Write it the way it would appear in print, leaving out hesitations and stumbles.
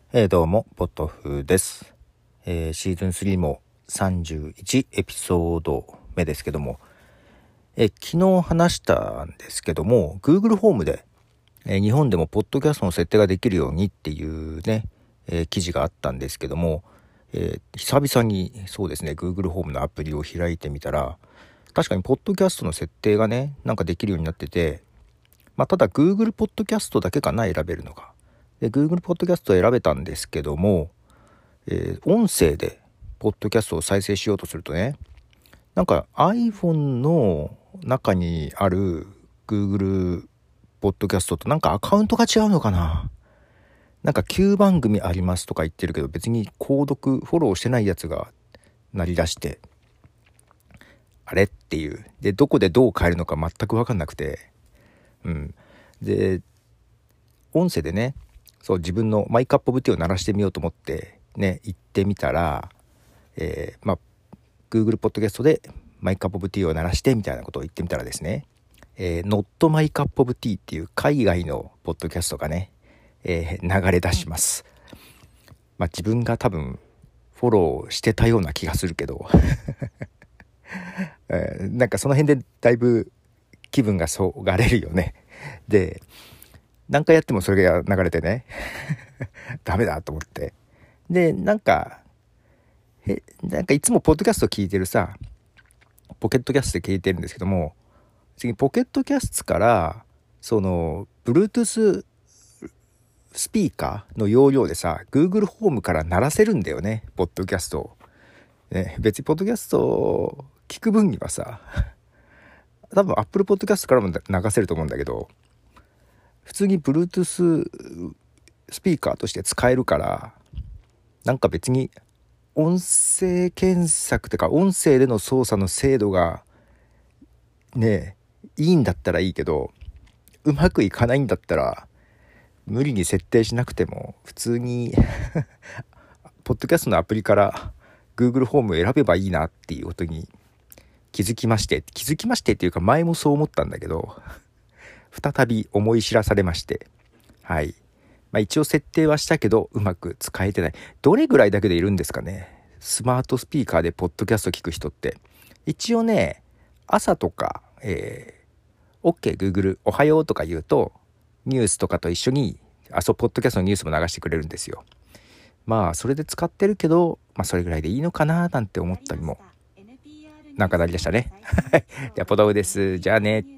どうもポトフです。シーズン3も31エピソード目ですけども、昨日話したんですけども Google ホームで、日本でもポッドキャストの設定ができるようにっていうね、記事があったんですけども、久々にそうですね Google ホームのアプリを開いてみたら、確かにポッドキャストの設定がねなんかできるようになってて、ただ Google ポッドキャストだけかな、選べるのが。で Google ポッドキャストを選べたんですけども、音声でポッドキャストを再生しようとするとね、なんか iPhone の中にある Google ポッドキャストとなんかアカウントが違うのかな。なんか9番組ありますとか言ってるけど、別に購読フォローしてないやつが鳴り出して、あれっていうで、どこでどう変えるのか全く分かんなくて、で音声でね、そう自分のマイカップオブティーを鳴らしてみようと思ってね行ってみたら、Google ポッドキャストでマイカップオブティーを鳴らしてみたいなことを言ってみたらですね、Not My Cup of Tea っていう海外のポッドキャストがね、流れ出します。自分が多分フォローしてたような気がするけど、なんかその辺でだいぶ気分がそがれるよね。で何回やってもそれが流れてねダメだと思って、でなんかいつもポッドキャスト聞いてるさ、ポケットキャストで聞いてるんですけども、次ポケットキャストからその Bluetooth スピーカーの容量でさ Google ホームから鳴らせるんだよね、ポッドキャストを、ね、別にポッドキャストを聞く分にはさ多分 Apple ポッドキャストからも流せると思うんだけど、普通に Bluetooth スピーカーとして使えるから、なんか別に音声検索とか音声での操作の精度がねいいんだったらいいけど、うまくいかないんだったら無理に設定しなくても普通にポッドキャストのアプリから Google ホームを選べばいいなっていうことに気づきましてっていうか、前もそう思ったんだけど再び思い知らされまして、はい。一応設定はしたけどうまく使えてない。どれぐらいだけでいるんですかね、スマートスピーカーでポッドキャスト聞く人って。一応ね、朝とか、OK Google おはようとか言うとニュースとかと一緒にポッドキャストのニュースも流してくれるんですよ。それで使ってるけど、それぐらいでいいのかななんて思ったりも。なんかなりでしたね。じゃあポトフです。じゃあね。